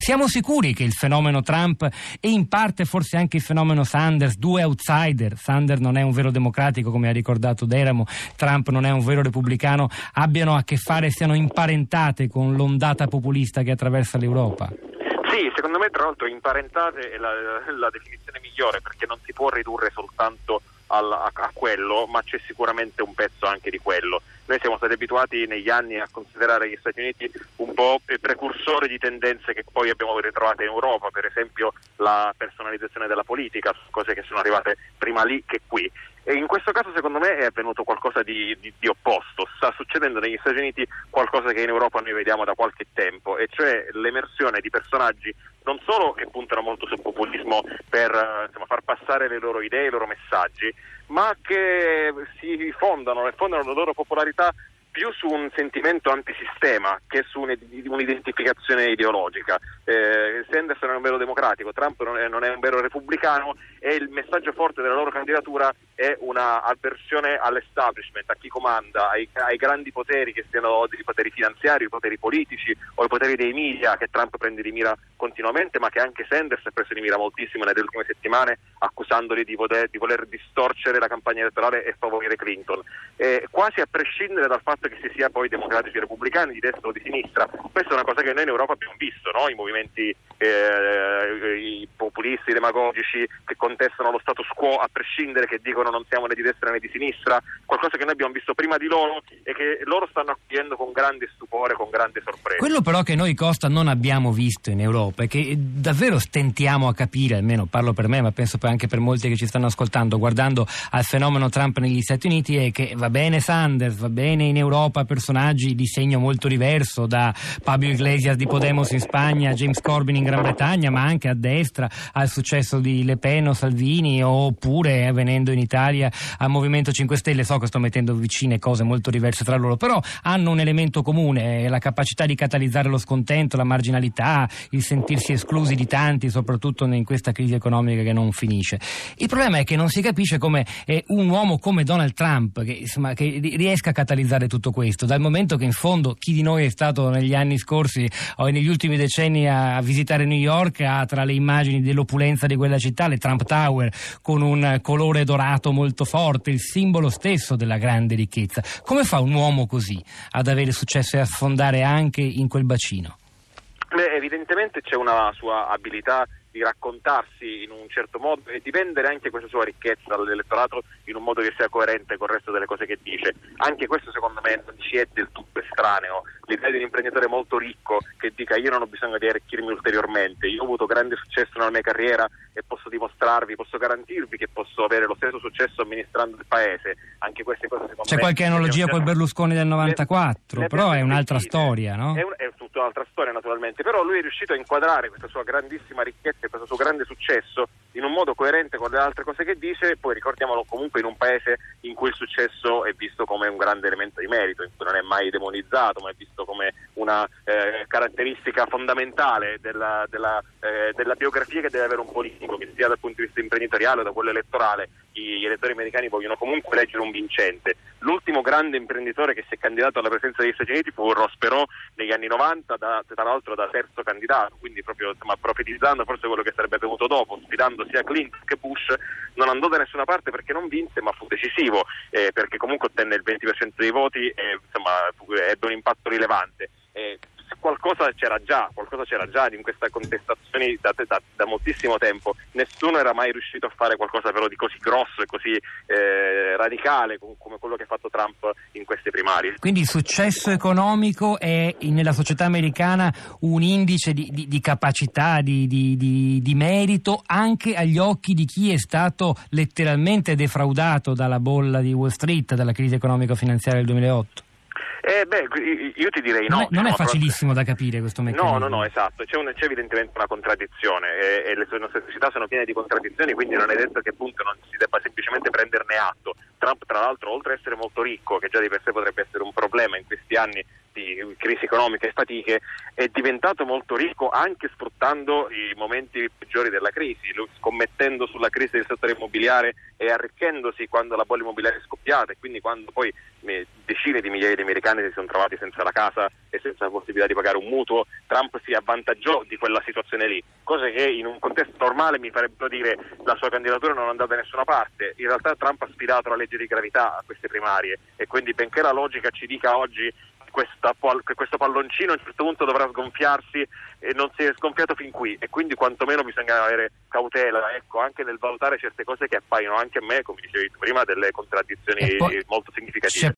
Siamo sicuri che il fenomeno Trump e in parte forse anche il fenomeno Sanders, due outsider, Sanders non è un vero democratico come ha ricordato Deramo, Trump non è un vero repubblicano, abbiano a che fare, siano imparentate con l'ondata populista che attraversa l'Europa? Sì, secondo me tra l'altro imparentate è la definizione migliore, perché non si può ridurre soltanto a quello, ma c'è sicuramente un pezzo anche di quello. Noi siamo stati abituati negli anni a considerare gli Stati Uniti un po' precursori di tendenze che poi abbiamo ritrovato in Europa, per esempio la personalizzazione della politica, cose che sono arrivate prima lì che qui. E in questo caso secondo me è avvenuto qualcosa di opposto, sta succedendo negli Stati Uniti qualcosa che in Europa noi vediamo da qualche tempo, e cioè l'emersione di personaggi non solo che puntano molto sul populismo per far passare le loro idee, i loro messaggi, ma che si fondano la loro popolarità più su un sentimento antisistema che su un'identificazione ideologica. Sanders non è un vero democratico, Trump non è un vero repubblicano, e il messaggio forte della loro candidatura è una avversione all'establishment, a chi comanda, ai grandi poteri, che siano i poteri finanziari, i poteri politici o i poteri dei media, che Trump prende di mira continuamente, ma che anche Sanders ha preso di mira moltissimo nelle ultime settimane, accusandoli di voler distorcere la campagna elettorale e favorire Clinton, quasi a prescindere dal fatto che si sia poi democratici e repubblicani, di destra o di sinistra. Questa è una cosa che noi in Europa abbiamo visto, no? I movimenti i populisti demagogici che contestano lo status quo a prescindere, che dicono non siamo né di destra né di sinistra, qualcosa che noi abbiamo visto prima di loro e che loro stanno accogliendo con grande stupore, con grande sorpresa. Quello però che noi, Costa, non abbiamo visto in Europa e che davvero stentiamo a capire, almeno parlo per me ma penso anche per molti che ci stanno ascoltando, guardando al fenomeno Trump negli Stati Uniti, è che va bene Sanders, va bene in Europa personaggi di segno molto diverso, da Pablo Iglesias di Podemos in Spagna, James Corbyn in Gran Bretagna, ma anche a destra al successo di Le Pen o Salvini, oppure venendo in Italia al Movimento 5 Stelle. So che sto mettendo vicine cose molto diverse tra loro, però hanno un elemento comune, la capacità di catalizzare lo scontento, la marginalità, il sentirsi esclusi di tanti, soprattutto in questa crisi economica che non finisce. Il problema è che non si capisce come un uomo come Donald Trump che riesca a catalizzare tutto questo, dal momento che in fondo chi di noi è stato negli anni scorsi o negli ultimi decenni a visitare New York ha tra le immagini dell'opulenza di quella città le Trump Tower con un colore dorato molto forte, il simbolo stesso della grande ricchezza. Come fa un uomo così ad avere successo e a sfondare anche in quel bacino? Evidentemente c'è una sua abilità di raccontarsi in un certo modo e di vendere anche questa sua ricchezza all'elettorato in un modo che sia coerente con il resto delle cose che dice. Anche questo secondo me non ci è del tutto estraneo. L'idea di un imprenditore molto ricco che dica io non ho bisogno di arricchirmi ulteriormente, io ho avuto grande successo nella mia carriera e posso dimostrarvi, posso garantirvi che posso avere lo stesso successo amministrando il paese. Anche queste cose secondo me... C'è qualche analogia col Berlusconi del 94, però è un'altra storia, no? È tutta un'altra storia naturalmente, però lui è riuscito a inquadrare questa sua grandissima ricchezza, questo suo grande successo in un modo coerente con le altre cose che dice. Poi ricordiamolo comunque in un paese in cui il successo è visto come un grande elemento di merito, in cui non è mai demonizzato, ma è visto come una caratteristica fondamentale della biografia che deve avere un politico, che sia dal punto di vista imprenditoriale o da quello elettorale. Gli elettori americani vogliono comunque eleggere un vincente. L'ultimo grande imprenditore che si è candidato alla presidenza degli Stati Uniti fu Ross Perot negli anni 90, tra l'altro da terzo candidato, quindi proprio profetizzando forse quello che sarebbe venuto dopo, sfidando sia Clinton che Bush. Non andò da nessuna parte perché non vinse, ma fu decisivo, perché comunque ottenne il 20% dei voti e ebbe un impatto rilevante. Qualcosa c'era già in queste contestazioni da moltissimo tempo. Nessuno era mai riuscito a fare qualcosa però di così grosso e così radicale come quello che ha fatto Trump in queste primarie. Quindi il successo economico è nella società americana un indice di capacità, di merito, anche agli occhi di chi è stato letteralmente defraudato dalla bolla di Wall Street, dalla crisi economico-finanziaria del 2008. Io ti direi no. Non è facilissimo da capire questo meccanismo. No, esatto. C'è evidentemente una contraddizione e le nostre società sono piene di contraddizioni, quindi non è detto che appunto non si debba semplicemente prenderne atto. Trump, tra l'altro, oltre ad essere molto ricco, che già di per sé potrebbe essere un problema in questi anni crisi economica e fatiche, è diventato molto ricco anche sfruttando i momenti peggiori della crisi, scommettendo sulla crisi del settore immobiliare e arricchendosi quando la bolla immobiliare è scoppiata, e quindi quando poi decine di migliaia di americani si sono trovati senza la casa e senza la possibilità di pagare un mutuo, Trump si avvantaggiò di quella situazione lì, cose che in un contesto normale mi farebbero dire la sua candidatura non è andata da nessuna parte. In realtà Trump ha sfidato la legge di gravità a queste primarie, e quindi benché la logica ci dica oggi che questo palloncino a un certo punto dovrà sgonfiarsi, e non si è sgonfiato fin qui, e quindi quantomeno bisogna avere cautela, ecco, anche nel valutare certe cose che appaiono anche a me, come dicevi tu prima, delle contraddizioni molto significative. C'è